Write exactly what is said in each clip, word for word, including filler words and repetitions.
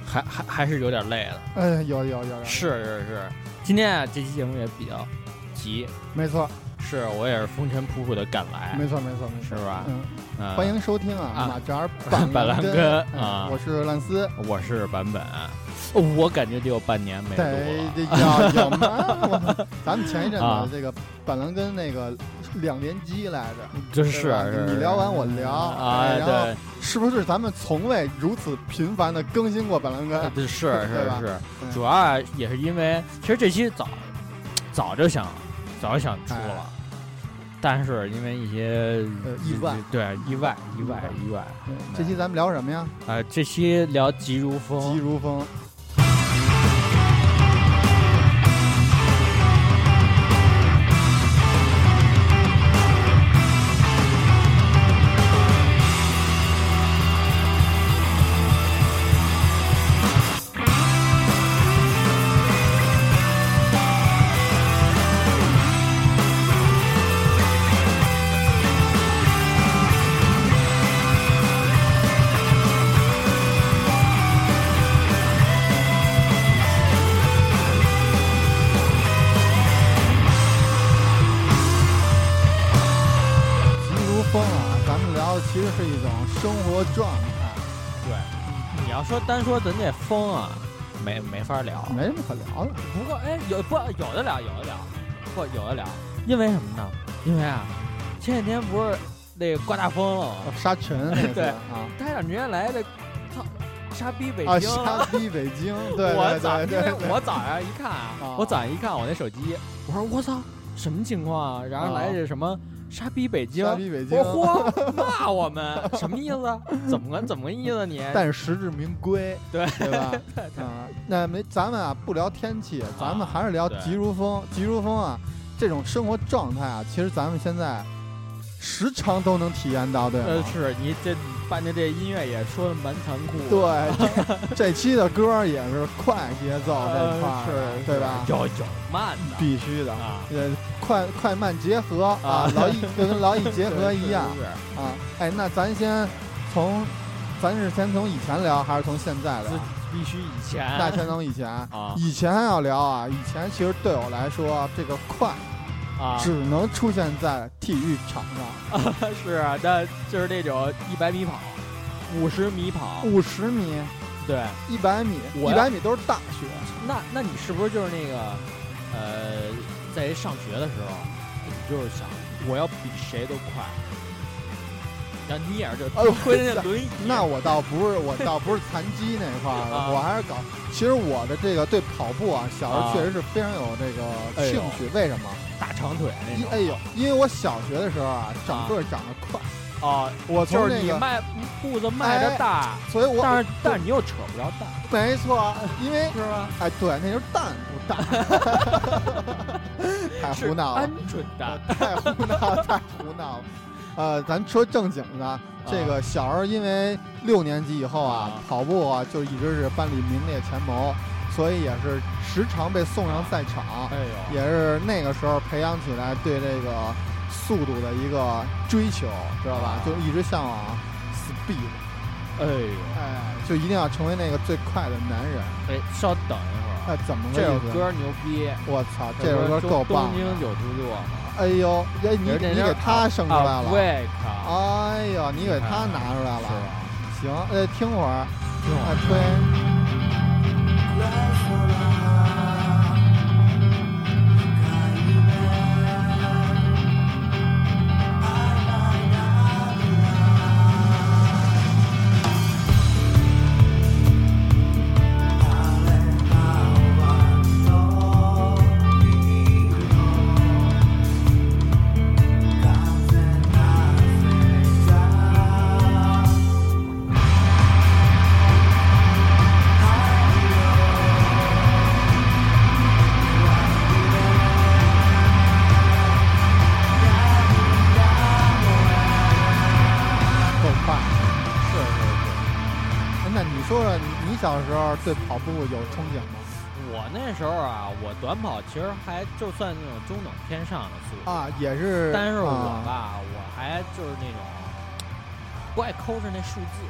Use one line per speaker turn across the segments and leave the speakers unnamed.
还还还是有点累了。
哎，有有有有。
是是是，今天啊这期节目也比较急。
没错。
是我也是风尘仆仆的赶来。
没错没错没错，
是吧？
嗯。
嗯、
欢迎收听啊，
啊
马扎
板蓝根啊、
嗯，我是烂丝，
我是版本。哦、我感觉得有半年没录了。
对，有有吗？咱们前一阵子、啊、这个板蓝根那个两连击来着，
这是是
你聊完我聊
啊，
然后是不是咱们从未如此频繁的更新过板蓝根？
是是是是，主要啊也是因为其实这期早早就想早就想出了。哎，但是因为一些
呃意外，
对意外意外意外，
这期咱们聊什么呀？
啊、呃，这期聊急如风，
急如风。其实是一种生活状态。
对，你要说单说咱这风啊，没没法聊，
没什么可聊的。
不过哎，有不有的聊，有的聊，不有的聊，因为什么呢？因为啊，前几天不是那个刮大风了吗？
哦、沙尘那个
对
啊，
台长直接来的，操，傻逼北京，
啊、傻逼北京。对，
我早
对对对，
我早上一看啊，
啊
我早上一看我那手机，我说我操，什么情况啊？然后来这什么？傻逼北京，
傻逼北京，
我嚯，骂我们什么意思？怎么个怎么个意思你？
但是实至名归，
对
对吧？
对对
啊，那没咱们啊不聊天气，咱们还是聊急如风。急如风啊，这种生活状态啊，其实咱们现在时常都能体验到，对吗？
呃，是你这伴着这音乐也说的蛮残酷。
对，这期的歌也是快节奏这块儿，
是，
对吧？
有有慢的，
必须的
啊，
呃，快快慢结合啊，劳逸就跟劳逸结合一样啊。哎，那咱先从，咱是先从以前聊，还是从现在聊？
必须以前。
那先从以前
啊，
以前要聊啊，以前其实对我来说，这个快。
啊，
只能出现在体育场上。
啊是啊，那就是那种一百米跑，五十米跑，
五十米，
对，
一百米，一百米都是大学。
那那你是不是就是那个，呃，在上学的时候，你就是想我要比谁都快？然后你也是就推着那轮椅。
那我倒不是，我倒不是残疾那块儿的，啊、我还是搞。其实我的这个对跑步啊，小时候确实是非常有这个兴趣。
哎、
为什么？
大长腿那种。
哎呦，因为我小学的时候啊，长个长得快。
啊，
我从、
那个、就是你迈步子迈着大，
哎、所以我
但是但是你又扯不着蛋。
没错，因为
是吧？
哎，对，那是蛋不大。太胡闹了，
鹌鹑蛋，
太胡闹，太胡闹了。呃，咱说正经的，这个小时候因为六年级以后啊，
啊
跑步啊就一直是班里名列前茅，所以也是时常被送上赛场。
哎呦，
也是那个时候培养起来对这个速度的一个追求，知道吧？
啊、
就一直向往 speed。
哎呦，
哎，就一定要成为那个最快的男人。
哎，稍等一会儿。
哎，怎么
这首歌牛逼！
我操，这首歌够棒！
东京九十度嘛。
哎呦，哎你你给他生出来了，
喂靠！
哎呦，你给他拿出来了，
是吧？
行，呃，听会儿，
听会儿，
推。小时候对跑步有憧憬吗？
我那时候啊，我短跑其实还就算那种中等偏上的速度
啊，也是。
但是我吧，啊、我还就是那种不爱抠着那数字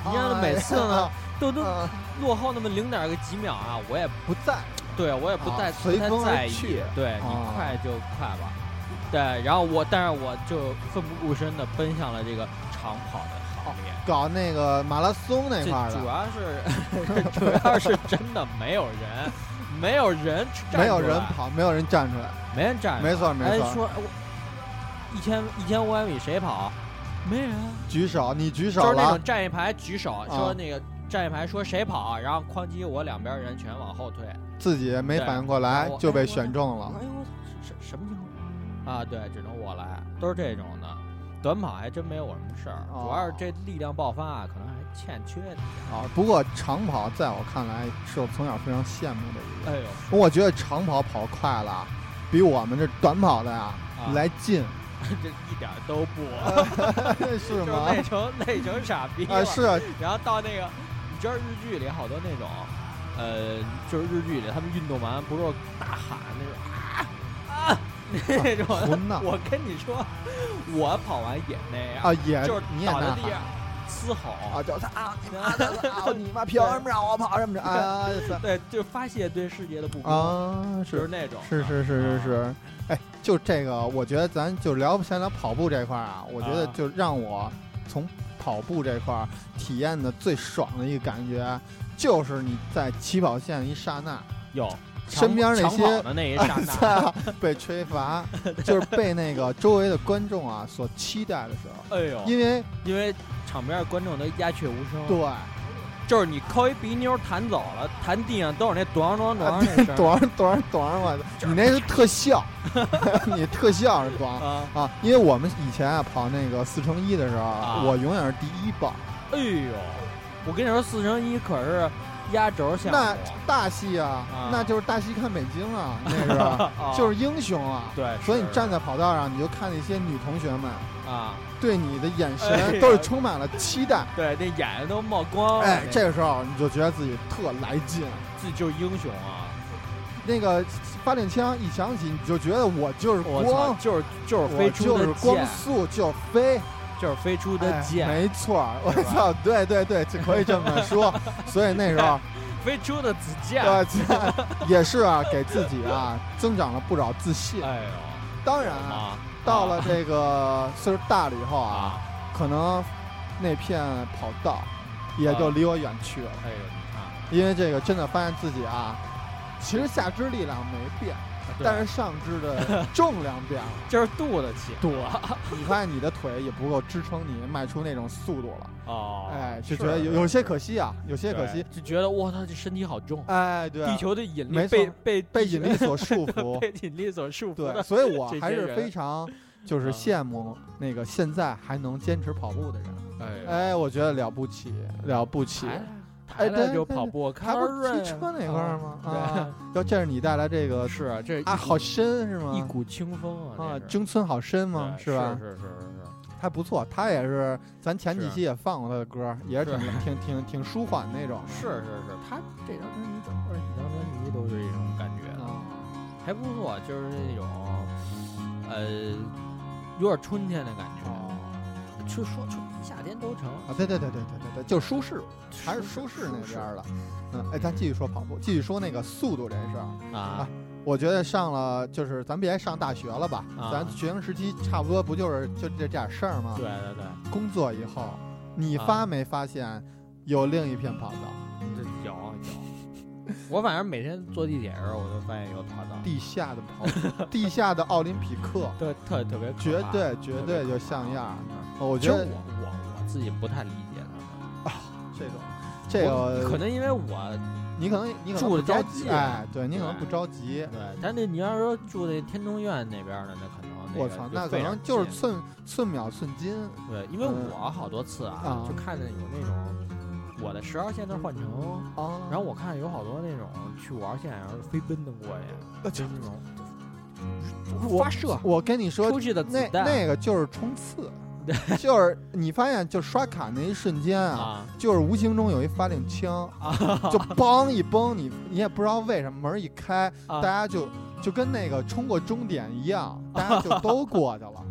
你让每次呢、哎、都都落后那么零点个几秒啊，我也
不在，
对我也不在、啊、
随风
而
去，
对、啊、你快就快吧，对，然后我但是我就奋不顾身的奔向了这个长跑的行业，
搞那个马拉松那块的，
主要是主要是真的没有人。没有人站，
没有人跑，没有人站出来，
没人站，
没错没错。
哎，说我一千一千五百米谁跑？没人
举手，你举手了，
就是那种站一排举手，啊、说那个站一排说谁跑，然后哐叽我两边人全往后退，
自己没反应过来就被选中了。
哎呦，什什么情况？啊，对，只能我来，都是这种的。短跑还真没有我什么事儿，
哦、
主要是这力量爆发啊，可能还欠缺点
啊。不过长跑在我看来是我从小非常羡慕的一个。
哎
呦，我觉得长跑跑快了，比我们这短跑的呀、啊、来劲。
这一点都不，
是吗？
累成累成傻逼了
啊！是。
然后到那个，你知道日剧里好多那种，呃，就是日剧里他们运动完不是大喊那种啊啊。那种、
啊、
我跟你说，我跑完也那样
啊，也
就是
你也
倒在地上嘶吼
啊，就他啊，你妈的啊，你妈凭什么让我跑什么着啊？
对，就发泄对世界的不公
啊，是
就是那种，
是是是是是，啊、哎，就这个，我觉得咱就聊先聊跑步这块啊，我觉得就让我从跑步这块体验的最爽的一个感觉，就是你在起跑线一刹那
有。
身边那些
的那一刹那
被吹罚，就是被那个周围的观众啊所期待的时候。
哎呦，
因为
因为场边观众都鸦雀无声。
对，
就是你抠一鼻妞弹走了，弹地上都是那咚咚咚那声，
咚咚咚我，你那是特效，你特效是咚啊啊！因为我们以前啊跑那个四乘一的时候，
啊、
我永远是第一棒。
哎呦，我跟你说，四乘一可是。压轴项目，
那大戏啊，
啊
那就是大戏看北京啊，那是、啊、就是英雄啊。
对，
所以你站在跑道上，你就看那些女同学们
啊，
对你的眼神都是充满了期待。
哎、对，那眼睛都冒光。
哎，这个时候你就觉得自己特来劲，
自己就是英雄啊。
那个发令枪一响起，你就觉得我就是光，
就是就是飞出
的，就是光速就飞。
就是飞出的箭、
哎，没错，我操，对对对，就可以这么说。所以那时候，
飞出的子箭，
对，也是啊，给自己啊增长了不少自信。
哎呦，
当然啊，到了这个岁数大了以后啊，啊可能那片跑道也就离我远去了。
哎呦，你看，
因为这个真的发现自己啊，其实下肢力量没变。但是上肢的重量变了，
就是肚子起
多，你发现你的腿也不够支撑你迈出那种速度了。
哦，
哎，就觉得有有些可惜啊，有些可惜，
就觉得哇，他这身体好重。
哎，对、啊，
地球的引力被被
被引力所束缚，
被引力所束缚。
对，所以我还是非常就是羡慕那个现在还能坚持跑步的人。
哎，
哎，我觉得了不起，了不起。
哎，对，就跑步，
还不是骑车那块儿吗？啊，要这是你带来这个
是这
啊，好深是吗？
一股清风啊！
啊，征村好深吗？
是
吧？
是是是是，
还不错。他也是，咱前几期也放过他的歌，也是挺挺挺挺舒缓那种。
是是是，他这张专辑整个几张专辑都是这种感觉啊，还不错，就是那种呃，有点春天的感觉。就说春夏天都成
啊，对对对对对对对，就舒适，还是舒适那边的。嗯，哎，咱继续说跑步，继续说那个速度这事儿
啊。
啊，我觉得上了就是咱别上大学了吧，
啊、
咱学生时期差不多不就是就这这点事儿吗？
对对对。
工作以后，你发没发现有另一片跑道？
这有有。我反正每天坐地铁的时候，我都发现有跑道。
地下的跑道，地下的奥林匹克，
对，特特别
绝对绝对就像样。我觉得
我我我自己不太理解他们
啊，这种这个
可能因为我
你可能你可能
住的
着急，哎，对你可能不着急，
对，但那你要是说住在天通苑那边的，那可能
我操，那可能就是寸寸秒寸金。
对，因为我好多次啊，
嗯、
就看见有那种我的十号线那换乘
啊，
然后我看有好多那种去五号线然后飞奔的过去，就是那种发射。
我跟你说，
出去的子弹
那那个就是冲刺。就是你发现，就刷卡那一瞬间啊，
啊
就是无形中有一发令枪，
啊、
就梆一崩，你你也不知道为什么门一开，
啊、
大家就就跟那个冲过终点一样，大家就都过去了。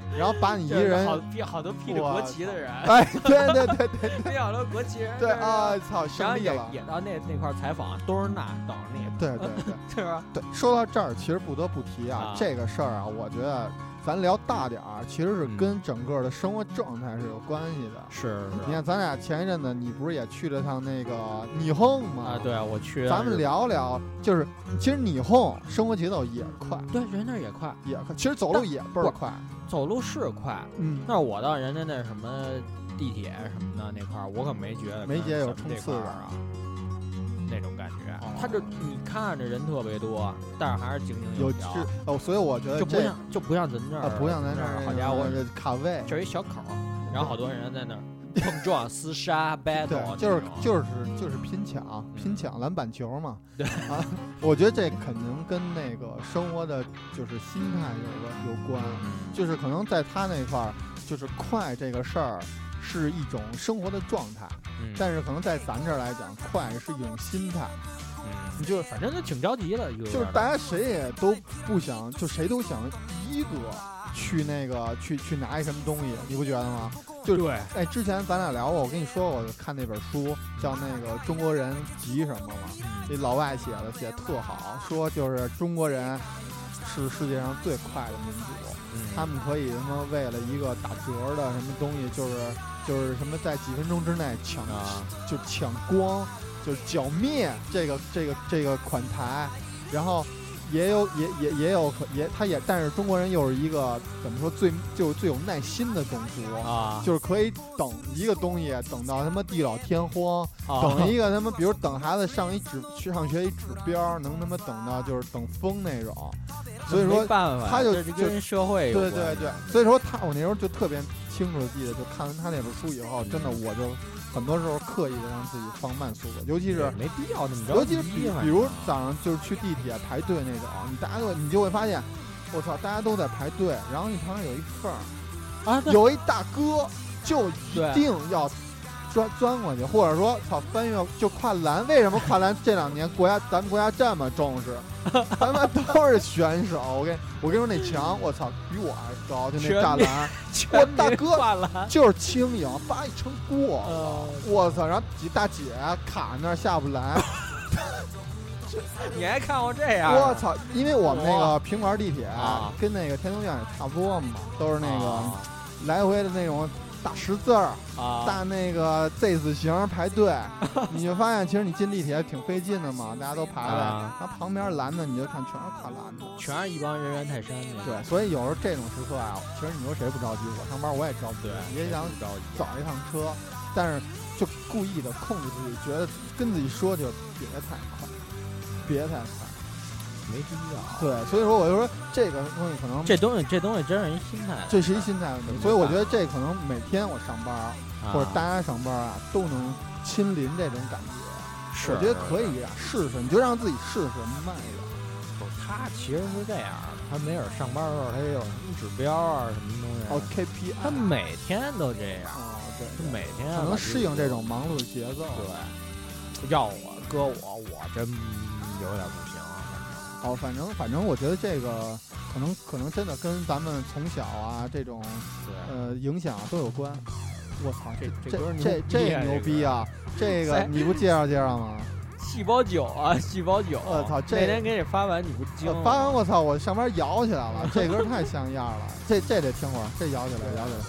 然后把你一个人
好披好多披着国旗的人，
哎，对对对对
对，好多国旗人，
对啊，操，胜利了，
也到那那块采访，都是那等着你，
对对对，
是吧？
对，说到这儿，其实不得不提啊，
啊
这个事儿啊，我觉得咱聊大点儿，其实是跟整个的生活状态是有关系的。
是是，
你看咱俩前一阵子，你不是也去了趟那个霓虹吗？
啊，对啊，我去。
咱们聊聊，就是其实霓虹生活节奏也快，
对，人那也快，
也快。其实走路也倍儿快，
走路是快，
嗯。
但是我到人家那什么地铁什么的那块儿，我可没觉得
没觉得有冲刺
感啊。那种感觉，他这你看着人特别多，但是还是井井有条。
哦，所以我觉得
就不像就不像咱这儿，
啊、不像咱这儿，
好家伙，
卡位，
这一小口，然后好多人在那儿碰撞、厮杀、battle，
对，就是就是就是拼抢，拼抢篮板球嘛。对啊，我觉得这肯定跟那个生活的就是心态有有关，就是可能在他那块儿，就是快这个事儿。是一种生活的状态，嗯、但是可能在咱这儿来讲，快是一种心态。
嗯，你就反正就挺着急的，
就是大家谁也都不想，就谁都想第一个去那个去去拿一什么东西，你不觉得吗？就
对，
哎，之前咱俩聊过，我跟你说，我看那本书叫那个《中国人急什么》嘛，那、嗯、老外写的写特好，说就是中国人是世界上最快的民族。嗯、他们可以他妈为了一个打折的什么东西，就是就是什么在几分钟之内抢，啊、就抢光，就是剿灭这个这个这个款台，然后也有也也也有也他也，但是中国人又是一个怎么说最就是最有耐心的种族
啊，
就是可以等一个东西等到他妈地老天荒，啊、等一个他妈比如等孩子上一指去上学一指标，能他妈等到就是等疯那种。所以说，他就
跟社会有
对对对，所以说他我那时候就特别清楚的记得，就看完他那本书以后，真的我就很多时候刻意的让自己放慢速度，尤其是
没必要那么着，
尤其是比比如早上就是去地铁排队那种，你大家都你就会发现，我操，大家都在排队，然后你旁边有一缝儿
啊，
有一大哥就一定要钻钻过去，或者说操翻越就跨栏，为什么跨栏这两年国家咱们国家这么重视？他们都是选手，我跟我跟你说那墙，我操，比我还高，就那栅栏，我大哥就是轻盈，叭一撑过，呃、我操，然后几大姐卡那儿下不来。
你还看过这样？
我操，因为我们那个平玩地铁、啊、跟那个天通苑也差不多嘛，都是那个、啊、来回的那种。大十字儿啊，大那个 Z 字形排队，你就发现其实你进地铁挺费劲的嘛，大家都排队，啊、然后旁边拦的你就看全是跨栏的，
全是一帮人猿泰山的。
对，所以有时候这种时刻啊，其实你说谁不着急？我上班我也着急，也想
着急
早一趟车，但是就故意的控制自己，觉得跟自己说就别太快，别太快。
没必要，
对，所以说我就说这个东西可能
这东西这东西真是一心态，
这是一心态问题。所以我觉得这可能每天我上班、啊、或者大家上班啊，都能亲临这种感觉。
是，
我觉得可以啊，试试，你就让自己试试慢一点。
他其实是这样的，他没准上班的时候他也有什么指标啊什么东西。
哦 ，K P I，
他每天都这样。
哦，对，
他每天
可能适应这种忙碌的节奏。
对，要我搁我，我真有点不行。
哦，反正反正，我觉得这个可能可能真的跟咱们从小啊这种呃影响都有关。我操，这这这这牛逼啊！这个你不介绍介绍吗？
细胞酒啊，细胞酒！
我操，这
那天给你发完你不惊？
发完我操，我上班摇起来了，这歌太像样了，这这得听会儿，这摇起来摇起来。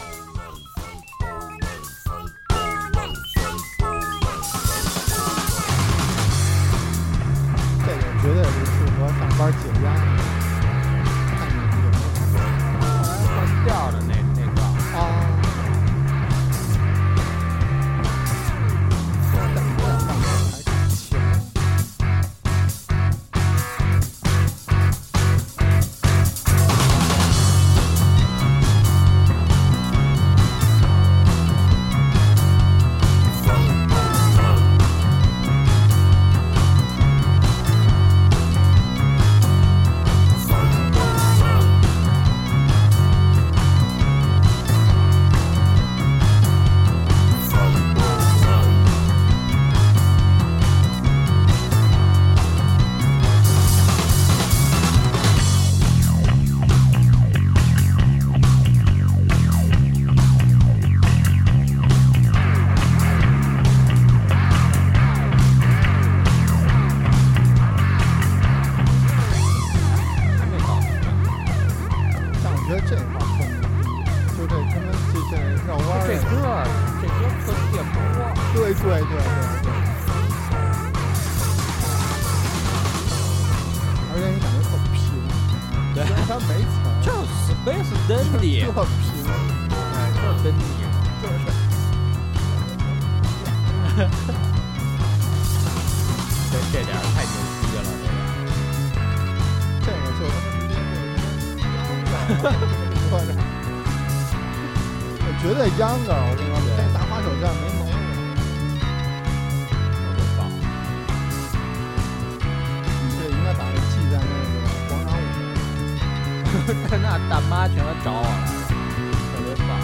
这个绝对是适合上班解压。看你有没有感觉？
后来换调的那那个
啊。但是我想放歌还挺轻。 对对对对。而且你感觉特平，
对，
它没词儿，
就是 Space Dandy，
特平，
哎，就是 Dandy，
就是。
这这点太牛逼了，
这个就他妈直接说着，我绝对秧歌，我跟你说，这大花手绢没毛病，
特别棒。
你这应该把这记在那个广场舞上，
那大妈全都找我来了，特别棒。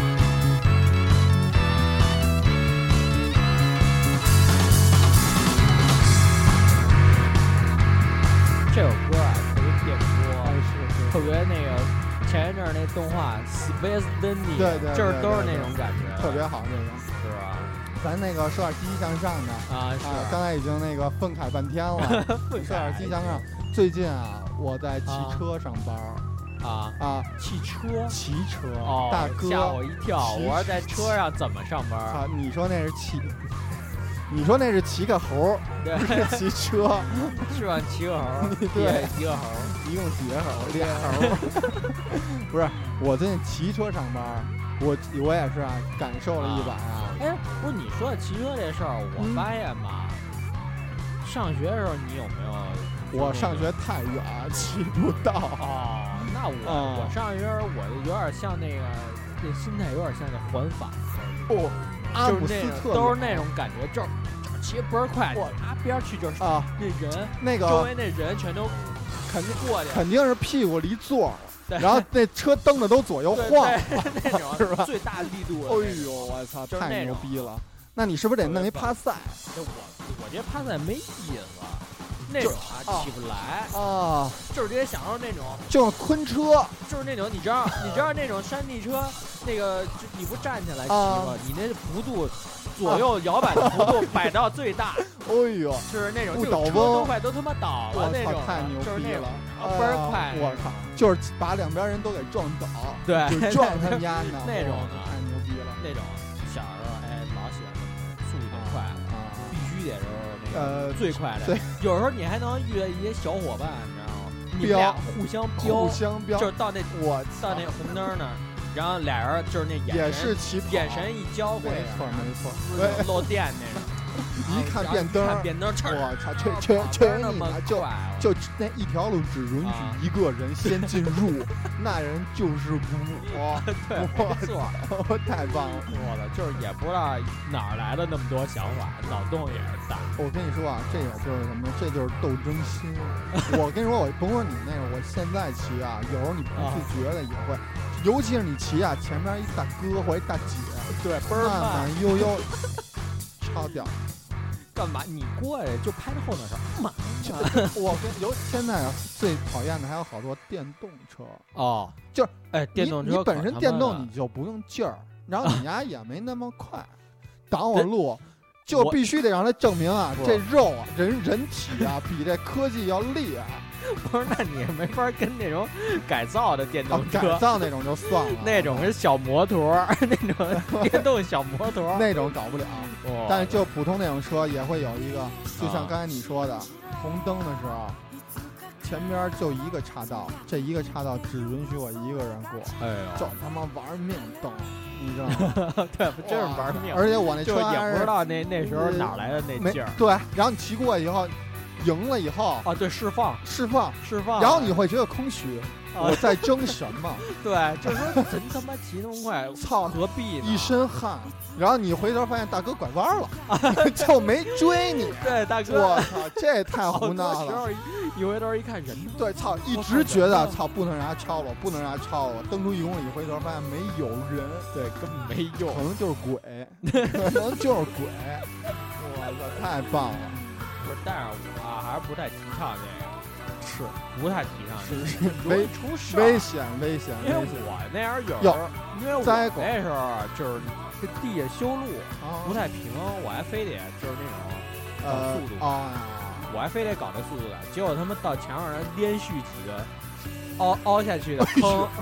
这首歌啊，特别电波，
是
特别那个前一阵儿那动画 Space Dandy，
对对，
就是都是那种感觉，
特别好，这个
是吧？
咱那个说点积极向上的
啊，是
啊，刚才已经那个愤慨半天了，说点积极向上。最近啊，我在骑车上班。
啊
啊！
汽车，
骑车，
哦，
大哥，
吓我一跳！我说在车上怎么上班？
啊，你说那是骑，你说那是骑个猴，
对，
骑车
是吧？骑个猴，
对，
骑个猴，
一共几个猴？俩猴。不是，我最近骑车上班，我我也是啊，感受了一把啊。
哎，不是你说的骑车这事儿，我发现吧，上学的时候你有没有？
我上学太远，骑不到。
哦。那我、嗯、我上学我有点像那个，这心态有点像那环法，
哦，阿姆斯特
都是那种感觉，就是骑倍儿快，啊边去就是
啊，
那人
那个
周围那人全都
肯定
过去，
肯定是屁股离座了，然后那车蹬的都左右晃，
那种
是吧？
最大力度。
哎呦，我操，太牛逼了！那你是不是得弄一趴赛？
我我觉得趴赛没意思。那种啊，起不来
啊，
就是直接享受那种，
就是昆车，
就是那种，你知道，你知道那种山地车，那个就你不站起来骑吗？啊、你那幅度，左右摇摆的幅度摆到最大。
哎呦，
就是那种，
不倒翁
都快都他妈倒了那种，
太牛逼了，
倍儿快！
我靠，就是把两边人都给撞倒，
对，
就撞他们家呢，
那种
的，太牛逼了。
那种小时候哎老喜欢速度得快啊，必须得是。
呃，
最快的，
对，
有时候你还能遇到一些小伙伴，你知道吗？你们俩互相飙，
互相飙，
就是到那
我
到那红灯那儿，然后俩人就是那眼
也是骑
眼神一交汇，
没错没
错，漏电那种。
一看变灯，
变灯，
我操，这这这你妈就就那一条路只允许一个人先进入，那人就是我。
对，没错，
太棒了！
我的就是也不知道哪儿来的那么多想法，脑洞也是大。
我跟你说啊，这也就是什么？这就是斗争心。我跟你说，我甭说你那个，我现在骑啊，有时候你不自觉的也会，尤其是你骑啊，前面一大哥或一大姐，
对，倍儿
慢慢悠悠。超屌！
干嘛？你过来就拍着后脑勺嘛？
我跟有现在啊，最讨厌的还有好多电动车
哦，
就是
哎，电动车
你本身电动你就不用劲儿，然后你家也没那么快，挡我路，就必须得让他证明啊，这肉啊，人人体啊，比这科技要厉害。
不是，那你也没法跟那种改造的电动车，
改造那种就算了，
那种是小摩托，那种电动小摩托，
那种搞不了。但是就普通那种车也会有一个，就像刚才你说的，红灯的时候，前边就一个岔道，这一个岔道只允许我一个人过，
哎呦，
就他妈玩命蹬，你知道吗？
对，真是玩命。
而且我那车
也不知道那那时候哪来的那劲儿。
对，然后你骑过以后。赢了以后
啊，对，释放，
释放，
释放，
然后你会觉得空虚，啊、我在争什么？
对，就是说真他妈骑那么快，
操，
何必呢？
一身汗，然后你回头发现大哥拐弯了，就没追你。
对，大哥，
我操，这也太胡闹了。
一回头一看人，
对，操，一直觉得操不能让他超我，不能让他超我。蹬出一公里，回头发现没有人，
对，根本没用，
可能就是鬼，可能就是鬼。我操，太棒了。
不是，但是我、啊、还是不太提倡这个，
是
不太提倡这个，
是危
出事，
危险危险。
因为我那样有时候，因为我那时候就是这地下修路、啊、不太平，我还非得就是那种搞速度
啊、呃，
我还非得搞那速度感，结果他们到墙上连续几个凹凹下去的坑。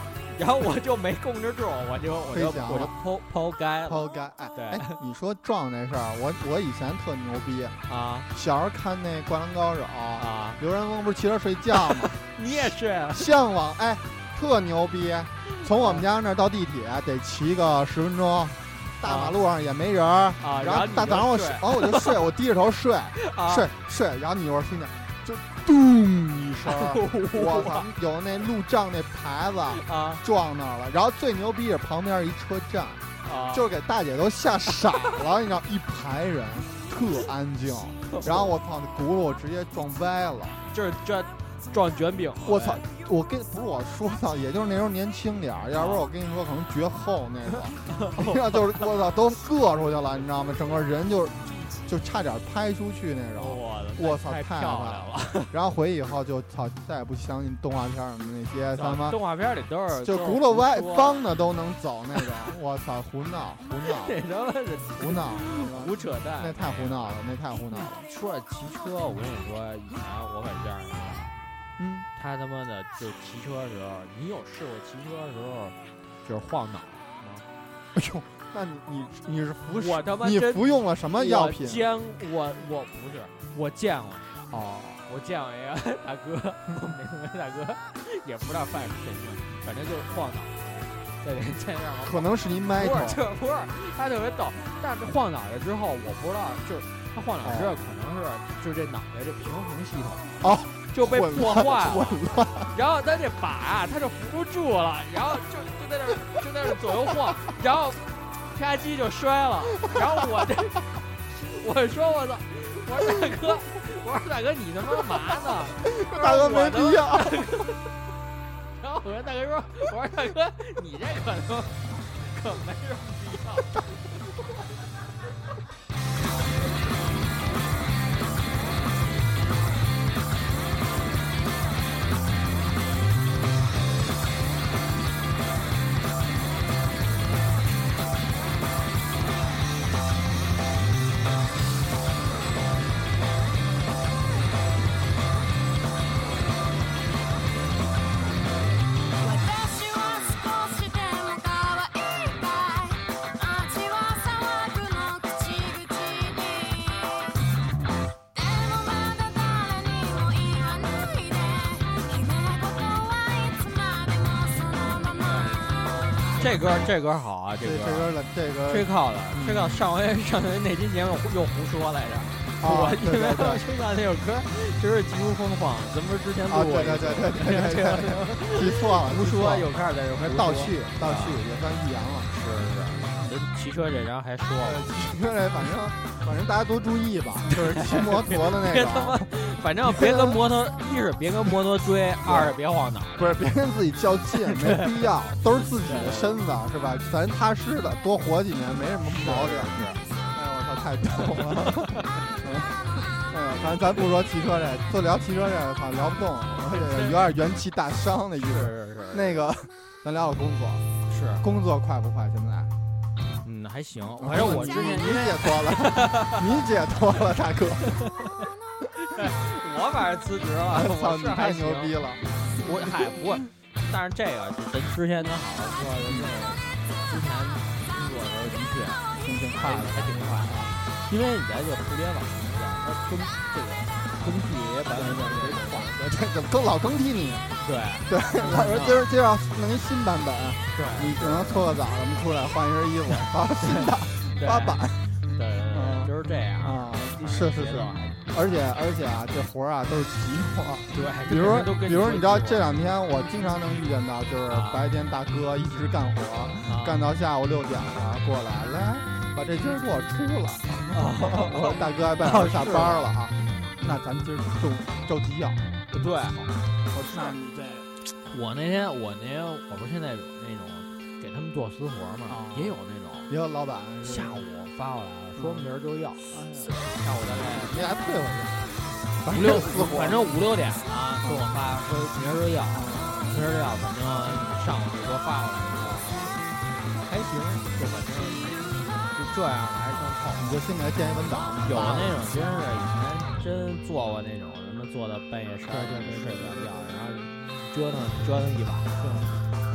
然后我就没控制住，我就我就我就抛抛开了，
抛开。哎，
对，
哎，你说撞这事儿，我我以前特牛逼
啊！
小时候看那《灌篮高手》
啊，
刘仁峰不是骑车睡觉吗？
你也是
向往，哎，特牛逼！从我们家那儿到地铁得骑个十分钟。大马路上也没人
啊，
然后大早上我睡，然后我就睡，我低着头睡，
啊、
睡睡，然后你一会儿听见就咚一声，我操，有那路障那牌子
啊
撞那儿了，然后最牛逼是旁边一车站，
啊，
就是给大姐都吓傻了，你知道，一排人特安静，然后我操，那轱辘我直接撞歪了，
就是这撞卷饼，
我操！我跟不是我说的，也就是那时候年轻点儿，要不然我跟你说可能绝后那个，你知道就是我操都硌出去了，你知道吗？整个人就就差点拍出去那种。我操，太
漂亮了！
然后回去以后就操，再也不相信动画片上的那些他妈
动画片里都是
就轱辘歪方的都能走那种。我操，胡闹胡闹，
那他妈是
胡闹
胡扯淡，
那太胡闹了，那太胡闹了。
说到骑车，我跟你说，以前我可是这样的。
嗯，
他他妈的就骑车的时候，你有试过骑车的时候就是晃脑吗？
哎呦，那你你你是服
我他妈
你服用了什么药品？
我见我我不是我见过
哦，
我见过一个大哥，我们那个大哥也不知道犯什么神经，反正就是晃脑，在那在那上。
可能是你麦头，
不是不是，他特别逗，但是晃脑袋之后，我不知道，就是他晃脑袋之后可能是就是这脑袋这平衡系统
哦。
就被破坏了，
了
然后他这把啊，他就扶不住了，然后就就在那就在那左右晃，然后啪叽就摔了，然后我这我说我操，我说大哥，我说大哥你他妈干嘛呢？
大哥没必要。
然后我跟大哥说，我说大哥你这可能可没什么必要。这歌这歌好啊，这歌
这歌的这个
吹靠的，吹靠上回上回那期节目又胡说来着。我因为我吹靠那首歌就是疾如风晃，咱们不是之前录过？
对对对对对对，记错了，
胡说又开始在这块
倒叙倒叙也算预言了。
是是，人骑车这然后还说
骑车这反正反正大家多注意吧，就是骑摩托的那
种。反正别跟摩托，一是别跟摩托追，二是别晃脑，
不是别跟自己较劲，没必要，都是自己的身子是吧？咱踏实的，多活几年没什么毛病。是，哎我操，太逗了。哎呀，咱咱不说骑车这，就聊骑车这，操聊不动，有点元气大伤的意思。
是是是。
那个，咱聊聊工作，
是
工作快不快？现在？
嗯，还行。反正我之前
你解脱了，你解脱了，大哥。
我反正辞职了，
操，你太牛逼了！
我嗨不，但是这个就咱之前咱好好说的这个，之前工作的时候的确
挺挺快的，
还挺快的，因为你在这个互联网上，它更这个更替也百分之百是快的，
这怎么更老更替你？
对
对，老说今儿今儿要弄一新版本，
对，
你只能搓个澡，咱们出来换一身衣服，发新的发版，
对对对，就是这样
啊，是是是。而且而且啊，这活儿啊都是急活，
对，
比如比如你知道这两天我经常能遇见到，就是白天大哥一直干活，
啊、
干到下午六点了，过来来把这今儿给我出了，啊、我说大哥还半小时下班了啊，那咱今儿就着急要，
对，
我那你这，
我那天我那天我不是现在有那种给他们做私活嘛，啊、也有那种，
也有老板
下午发过来。说明儿就要，下午大概
你还退回去，
五六四，反正五六点啊，跟我发说明儿就要，明儿就要，反正上午就给我发过来了，还行，就反正就这样的，还是挺好。
你就先给他建一文档，
有的那种真是以前真做过那种什么做到半夜十二点睡不着觉，然后折腾折腾一晚上。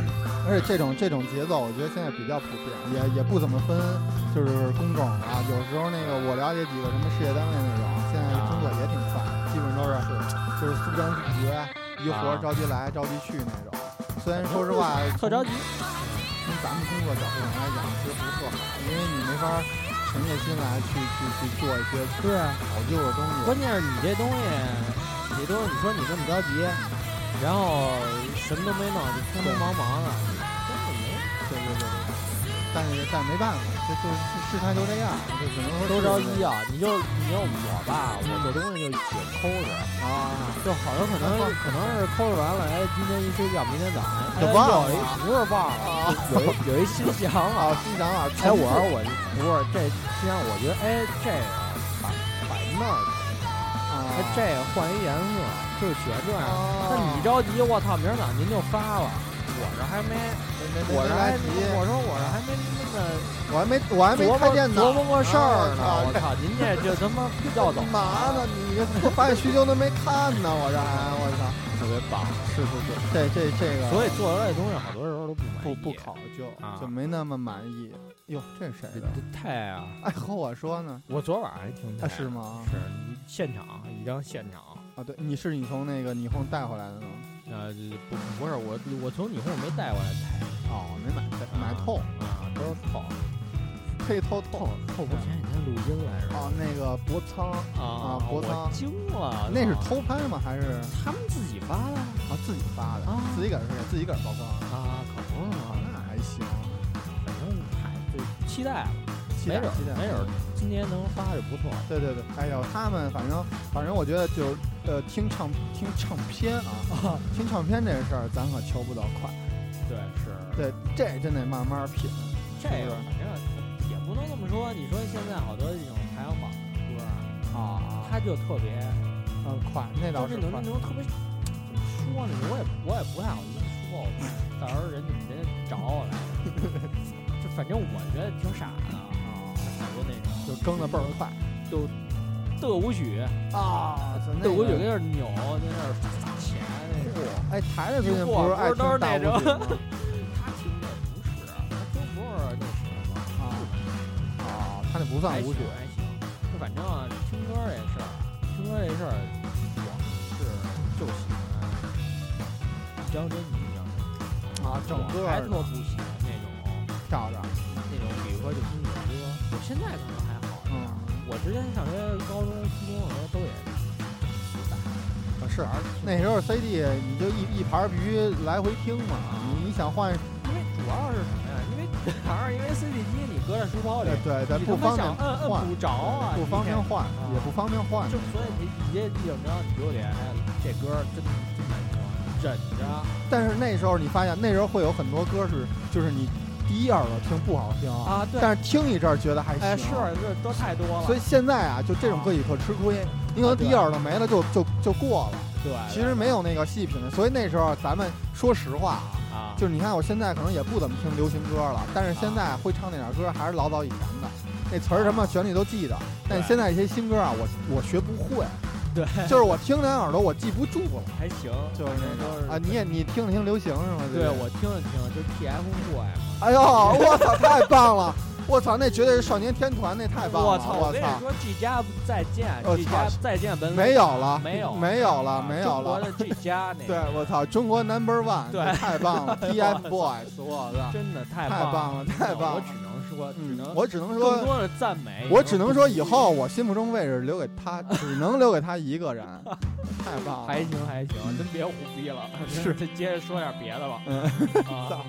而且这种这种节奏，我觉得现在比较普遍，也也不怎么分，就是工种啊。有时候那个我了解几个什么事业单位那种，现在工作也挺快，基本都是就是速战速决，一活着急来着急去那种。虽然说实话，
特着急。
从咱们工作角度上来讲，其实不是特好，因为你没法沉下心来去去去做一些
对
考究的东西。
关键是你这东西，你东西，你说你这么着急，然后什么都没弄，就匆匆忙忙的，根本没。
对对对对。但是但没办法，这就是事态就这样，就只能说
都着急啊！你就你就我吧，我做东西就喜欢抠着啊，就好多可能可能是抠着完了，哎，今天一睡觉，明天早上
就忘了，
不是忘了，有一有一新想法，
新想法。
哎，我说我不是这新想法，我觉得哎这个把把那儿，哎这个换一颜色，就是喜欢这样。那你着急，我操，明儿早上您就发了。我这还没，我这还，我说我这还没那么，
我还没，我还没开电
脑，琢磨过事儿呢。我操，您这就他妈要走
嘛呢？你我发现需求都没看呢，我这还，我操，
特别棒，
是是是，这这这个，
所以做出来的东西好多时候都不满
意，不不考究，
啊、
就没那么满意。哟，这是谁的？
这太啊！
哎，和我说呢，
我昨晚还听
啊，是吗？
是你现场一张现场
啊，对，你是你从那个霓虹带回来的吗？
呃，不不是我，我从霓虹没带过来台，
哦，没买买透
啊，都是透，
黑透透
透不前几天录音来着。
哦，那个博仓
啊，
博仓
惊了，
那是偷拍吗？还是
他们自己发的？
啊，自己发的，
啊、
自己搁这自己搁这曝光
啊，可不是嘛，
那还行，
反正嗨，就期待了。
没准
没准没准今年能发就不错。
对对对，哎呦，他们反正反正我觉得就呃听唱听唱片啊，听唱片这个事儿咱可求不到快。
对，是。
对，这真得慢慢品。
这个反正也不能这么说。你说现在好多这种排行榜的歌啊，它就特别
呃快，那倒
是那种那种特别怎么说呢？我也我也不太好意思说，到时候人家人家找我来了。就反正我觉得挺傻的。好多那种
就更的倍儿快，
就德舞曲
啊，
德舞曲跟那儿扭，跟那儿撒钱那种。
哎，台的最近不是爱听大舞曲吗？
他听的不是，他听不是那什么
啊啊，他那不算舞曲，
还行。就反正听歌这事儿，听歌这事儿，我是就喜欢张真妮，张真妮
啊，整个
还特不喜欢那种
跳着
那种，比如说就听歌。我现在可能还好，
嗯，
我之前上学高中、初中的时候都也
啊是，那时候 C D 你就一一盘必须来回听嘛，你你想换，
因为主要是什么呀？因为还是因为 C D 机你搁在书包里，
对对，不方便换，
不着啊，
不方便换，也不方便换，
就所以你你这怎么着，你就得哎，这歌真真难听，忍着。
但是那时候你发现，那时候会有很多歌是，就是你。第一耳朵听不好听
啊，对，
但是听一阵儿觉得还行。
哎，是，这都太多了。
所以现在啊，就这种歌曲特吃亏，你可能第一耳朵没了就就就过了。
对，
其实没有那个细品的。所以那时候咱们说实话
啊，
就是你看我现在可能也不怎么听流行歌了，但是现在会唱那点歌还是老早以前的，那词儿什么旋律都记得。但现在一些新歌啊，我我学不会。
对，
就是我听两耳朵我记不住了。
还行，
就是那个啊，你也你听了听流行是吗？
对，我听了听，就 T F Boy 嘛。
哎呦，我操，太棒了！我操，那绝对是少年天团，那太棒了！
我操，我跟你说 ，G 加再见 ，G 加再见本
没有了，
没有，
没有了，没有了。中
国的 G 加那个，
对，我操，中国 Number One，
对，
太棒了 ，T F Boys，我操，
真的太
太棒了，太棒了！
我只能说，只能，
我只能说
更多的赞美。
我只能说，以后我心目中位置留给他，只能留给他一个人，太棒了。
还行还行，真别胡逼了。
是，
再接着说点别的吧。
嗯，操。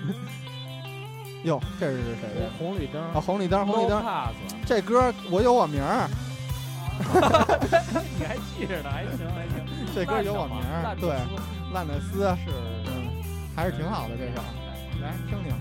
哟，这是谁的？
红绿灯
啊，红绿灯，红绿灯。
pass。
这歌我有我名儿。
你还记着呢，还行还行。
这歌有我名儿，对，烂的丝
是，
嗯，还是挺好的这首，来听听。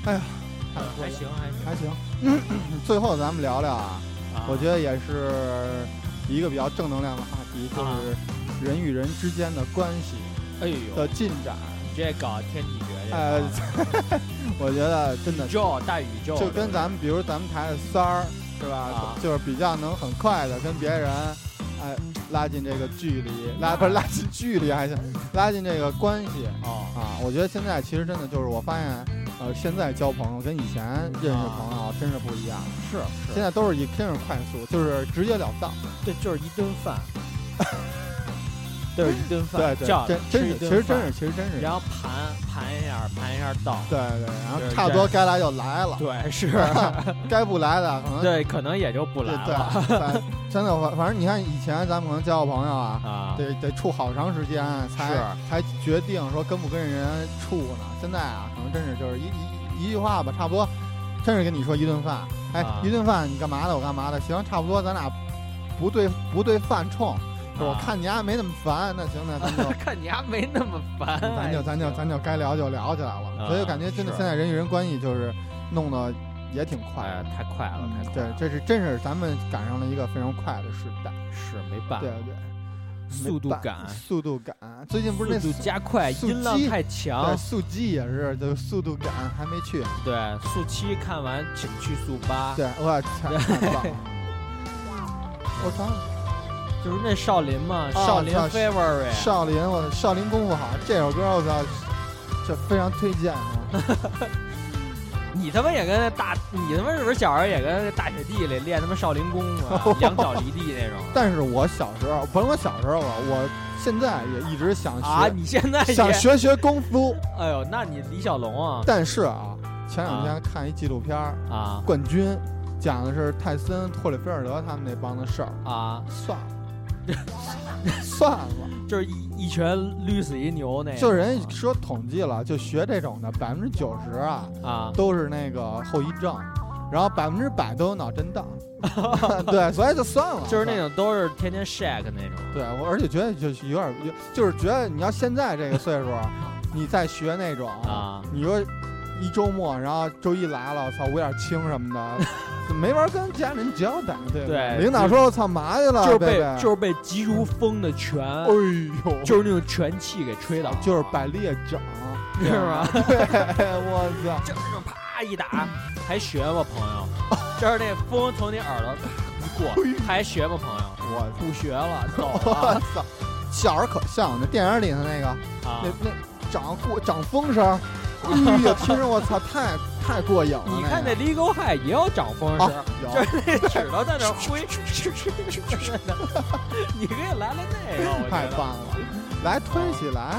哎呀，
还行还行
还行。嗯，最后咱们聊聊啊，
啊
我觉得也是一个比较正能量的话题，就是人与人之间的关系，
哎呦
的进展。
这搞天体学，
呃，我觉得真的
宇宙大宇宙，
就跟咱们比如咱们台的三儿是吧、
啊，
就是比较能很快的跟别人哎拉近这个距离，拉不是拉近距离还行，拉近这个关系
哦
啊。我觉得现在其实真的就是我发现，呃，现在交朋友跟以前认识朋友真是不一样，
是是，
现在都是一真是快速，就是直截了当，
对，就是一顿饭。就是一顿饭，
对对，
叫
真真是，其实真是，其实真是，
然后盘盘一下，盘一下到，
对对，然后差不多该来就来了，
对是，
该不来的可能
对可能也就不来了，
对，真的，反反正你看以前咱们可能交个朋友啊，
啊，
得得处好长时间才才决定说跟不跟人处呢，现在啊可能真是就是一一一句话吧，差不多，真是跟你说一顿饭，哎，
啊、
一顿饭你干嘛的我干嘛的，行，差不多咱俩不对不对饭冲。我看你还没那么烦，那行，那咱就
看你还没那么烦，
咱就咱就咱就该聊就聊起来了。啊、所以我感觉真的现在人与人关系就是弄得也挺快，
哎、太快了，
嗯、
太快了。
对，这是真是咱们赶上了一个非常快的时代，
是没办法。
对对，
速度感，
速度感。最近不是那
速度加快，音量太强。
对，速激也是，就速度感还没去。
对，速七看完请去速八。
对，我操，太棒了！我操。
就是那少林嘛，哦、少林 favorite，
少林我少林功夫好，这首歌我操，这非常推荐啊！
你他妈也跟大，你他妈是不是小时候也跟大雪地里练他妈少林功夫，两脚离地那种？
但是我小时候，不是我小时候吧，我现在也一直想学
啊，你现在
想学学功夫。
哎呦，那你李小龙啊？
但是啊，前两天看一纪录片
啊，
冠军讲的是泰森、托里菲尔德他们那帮的事儿
啊，
算了。算了，
就是一一拳捋死一牛那。
就人说统计了，就学这种的百分之九十啊
啊
都是那个后遗症，然后百分之百都有脑震荡。对，所以就算了。
就是那种都是天天 shake 那种。
对，我而且觉得就是有点，就是觉得你要现在这个岁数，你再学那种
啊，
你说一周末，然后周一来了，我操，五点清什么的。没法跟家人交代，对
对，
领导说：“我操，嘛去了？”
就是被就是被急如风的拳，
哎呦，
就是那种拳气给吹倒，
就是百裂掌，
是吧？
对，我操，
就是那种啪一打，还学吗，朋友？就是那风从你耳朵一过，还学吗，朋友？
我
不学了，走了。
我操，小时候可像那电影里头那个，
啊、
那那掌过掌风声。哎呀，听着我操，太太过瘾了！
你看那 Legal High 也有掌风声，
啊、
就是那指头在那挥，你可以来来那个，
太棒了！来推起来。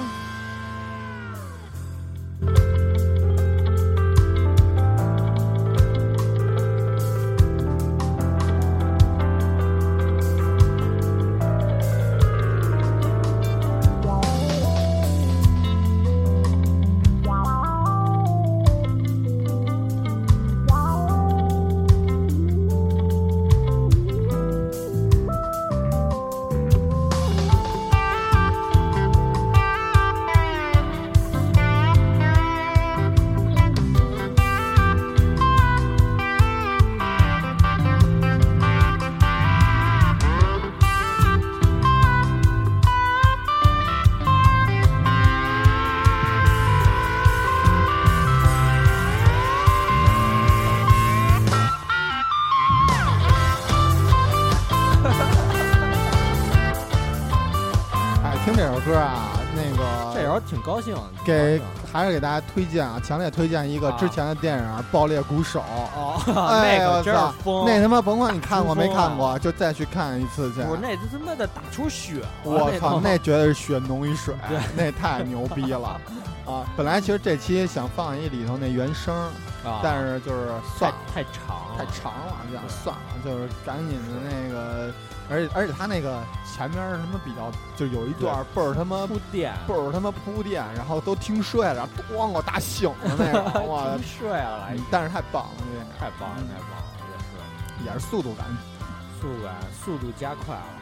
歌啊，那个
这时候挺高兴，
给还是给大家推荐啊，强烈推荐一个之前的电影《爆裂鼓手》。
哦，
哎，
那个真是疯，
那他妈甭管你看过没看过，就再去看一次去。
不是，那他妈的打出血，
我操，那绝对是血浓于水，那太牛逼了啊！本来其实这期想放一里头那原声，但是就是算
太长
太长了，这样算了，就是赶紧的那个。而且而且他那个前面什么比较，就有一段倍儿他妈
铺垫，
倍儿他妈铺垫，然后都听睡了，然后咣我打醒了那种，哇，
听睡了，
但是太棒了，这
太棒了，太棒了，也
是也是速度感，
速度感，速度加快了，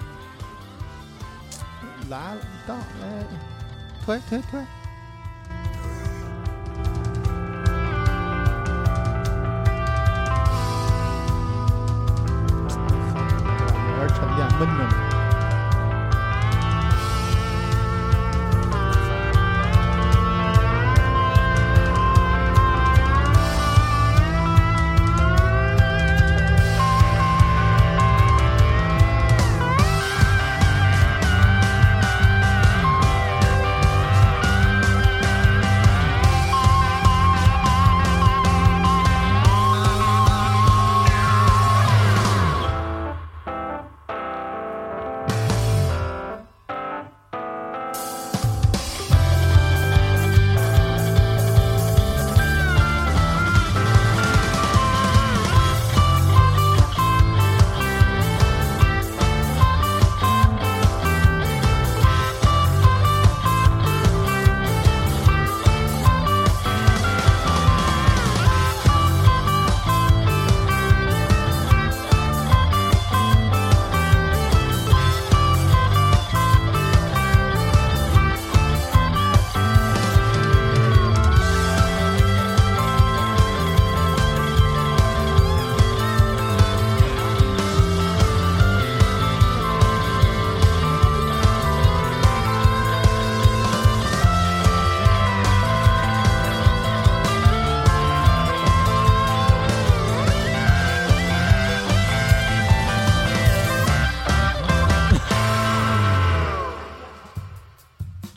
来了，到来，推推推。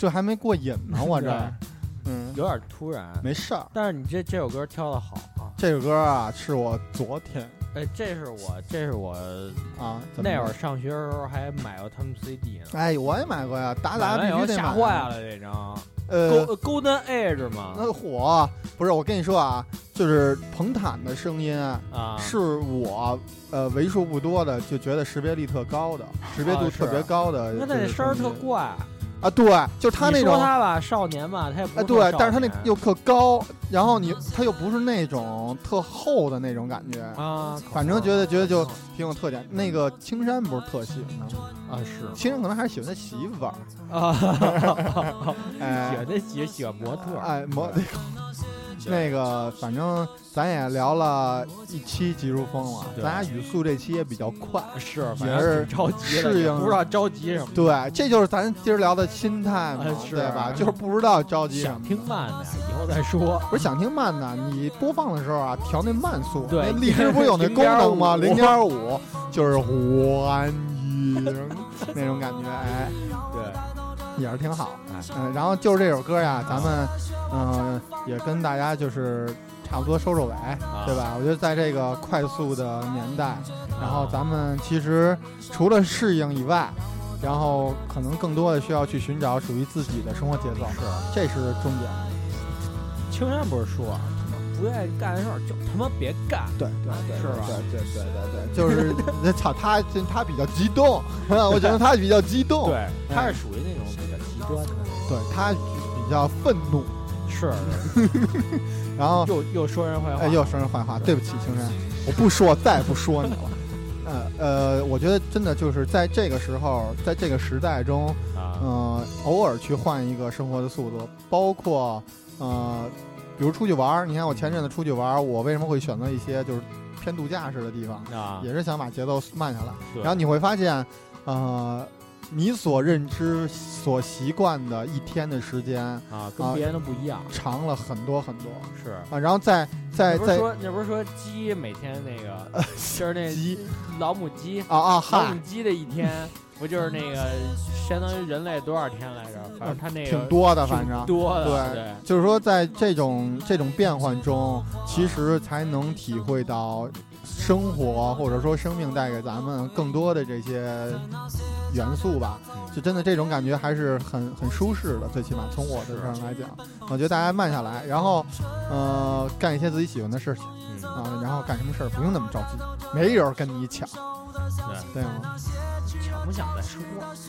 这还没过瘾呢，我这嗯
有点突然，
没事儿。
但是你这这首歌挑的好啊，
这首歌啊是我昨天。
哎，这是我，这是我
啊，
那会儿上学的时候还买过他们 C D 呢。
哎，我也买过呀，打打必须得买。
吓坏了这张。
呃
，Golden Age 嘛。
那火不是，我跟你说啊，就是彭坦的声音
啊，
是我呃为数不多的就觉得识别力特高的，识别度特别高的。
那那声儿特怪。
啊，对，就是他那种。
你说他吧，少年吧，他也不是。
啊，对，但是他那又特高，然后你他又不是那种特厚的那种感觉
啊，
反正觉得觉得就挺有特点。那个青山不是特喜欢他
啊，是
青山可能还是喜欢他媳妇儿
啊，
哎，
喜欢他媳喜欢模特，
哎模那个。那个，反正咱也聊了一期极速风了，咱俩语速这期也比较快，
是
也是
着急
适应，
不知道着急什么。
对，这就是咱今儿聊的心态嘛，
是
对吧？就是不知道着急什么。
想听慢的，以后再说。
不是想听慢的，你播放的时候啊，调那慢速。
对，
荔枝不是有那功能吗？零点五就是欢迎那种感觉，哎，
对，
也是挺好。嗯、呃，然后就是这首歌呀，咱们嗯、呃、也跟大家就是差不多收收尾，
啊、
对吧？我觉得在这个快速的年代，然后咱们其实除了适应以外，然后可能更多的需要去寻找属于自己的生活节奏，
是，
这是重点。
青山不是说啊，不愿意干的事儿就他妈别干，
对对对，
是吧？
对对对对对，就是操他他比较激动，我觉得他比较激动，
对，他是属于那种比较极端的，
对他比较愤怒，
是，
然后
又又说人坏话，
哎，又说人坏话，对不起，青山，我不说，再也不说你了。呃呃，我觉得真的就是在这个时候，在这个时代中，
啊、
呃，偶尔去换一个生活的速度，包括呃。比如出去玩，你看我前阵子出去玩，我为什么会选择一些就是偏度假式的地方
啊？
也是想把节奏慢下来。然后你会发现，呃，你所认知、所习惯的一天的时间
啊，跟别人都不一样，
啊、长了很多很多。
是
啊，然后再再再
说，那不是说鸡每天那个、呃、就是那
鸡
老母鸡
啊啊，
老母鸡的一天。不就是那个相当于人类多少天来着？反正他那个
挺多的，反正
多的。
对，
对
就是说在这种这种变换中，其实才能体会到生活或者说生命带给咱们更多的这些元素吧。就真的这种感觉还是很很舒适的，最起码从我的上来讲，我觉得大家慢下来，然后呃干一些自己喜欢的事情、嗯、啊，然后干什么事儿不用那么着急，没人跟你抢，对对吗？
抢不抢再说，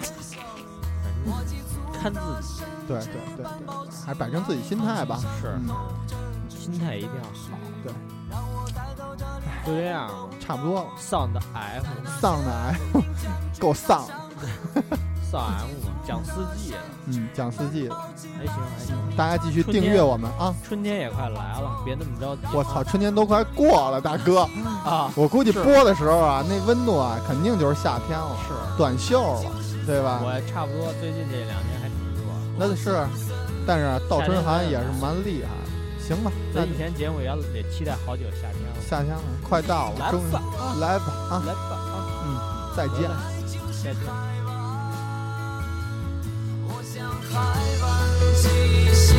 看自己。
对对对对，还摆正自己心态吧。
是，
嗯、
心态一定要好。
对，
就这样，
差不多了。
丧的 F，
丧的 F， 够丧。
丧 M 嘛，讲四季的。
嗯，讲四季的，
还行还行。
大家继续订阅我们啊！
春天也快来了，别那么着急。
我操，春天都快过了，大哥
啊！
我估计播的时候啊，那温度啊，肯定就是夏天了，
是
短袖了，对吧？
我差不多最近这两年还挺热。
那是，但是倒春寒也是蛮厉害的。行吧，
咱以前节目也也期待好久夏天了。
夏天了，快到了，
来吧啊！
来吧啊！
来吧啊！
嗯，再见，
再见。
海湾极限，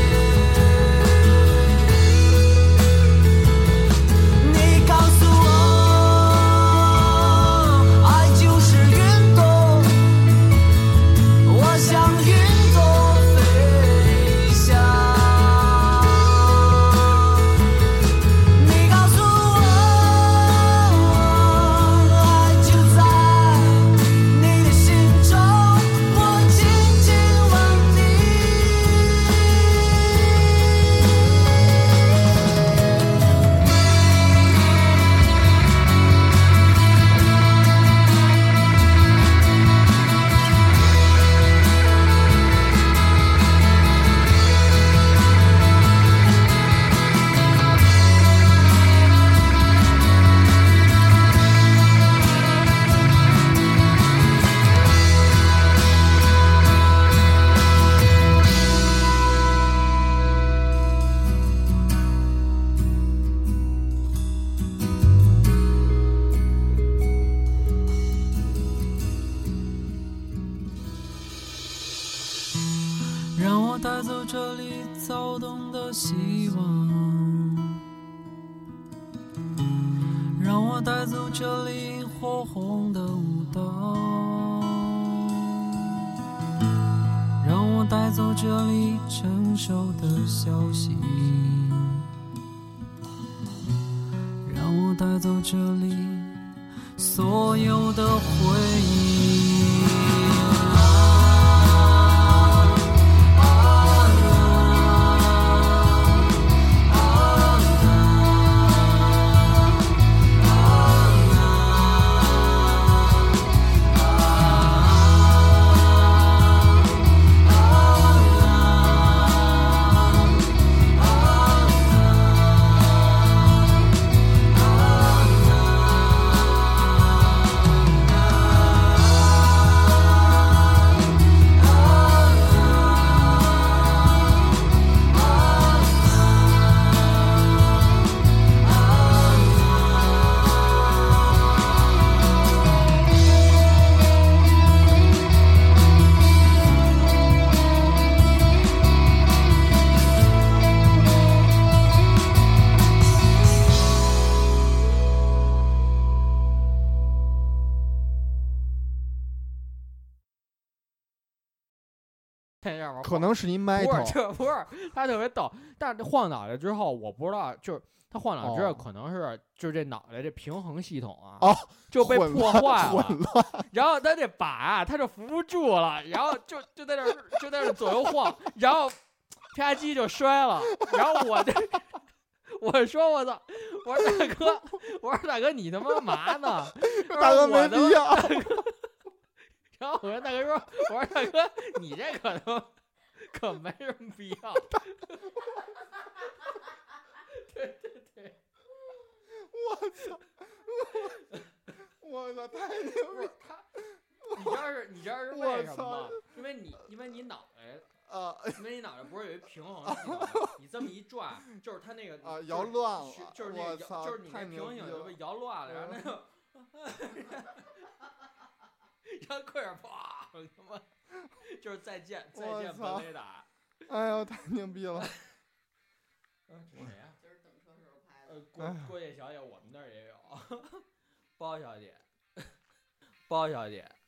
你告诉我，爱就是运动，我想运动飞翔。你告诉我，爱就在你的心中，我紧紧吻你。 希望，让我带走这里火红的舞蹈，让我带走这里成熟的消息，让我带走这里所有的回忆。
可能是一麦头，
不是，这不是他特别逗，但是晃脑袋之后，我不知道，就是他晃脑袋之后，可能是、哦、就是这脑袋这平衡系统啊，
哦，
就被破坏了，
混乱，
然后他这把啊，他就扶不住了，然后就就在那就在那左右晃，然后啪叽就摔了，然后我这我说我操，我说大哥，我说大哥你他妈嘛呢？
大哥没必要。
然后我跟大哥说：“我说大哥，你这可能可没什么必要。”对对对，
我操！我操，太牛逼！
他，你知道是，你知道是为什么吗？因为你，因为你脑袋啊，因为你脑袋不是有一平衡系统吗？你这么一转，就是他那个
啊摇乱了，
就是那个，就是你那平衡系统就被摇乱了，然后那个。然后快点啪，他妈就是再见再见本垒打。
哎呦，太牛逼了！
嗯，这谁呀？
就是等车时候拍的。
呃，郭郭叶小姐，我们那儿也有。包小姐，包小姐。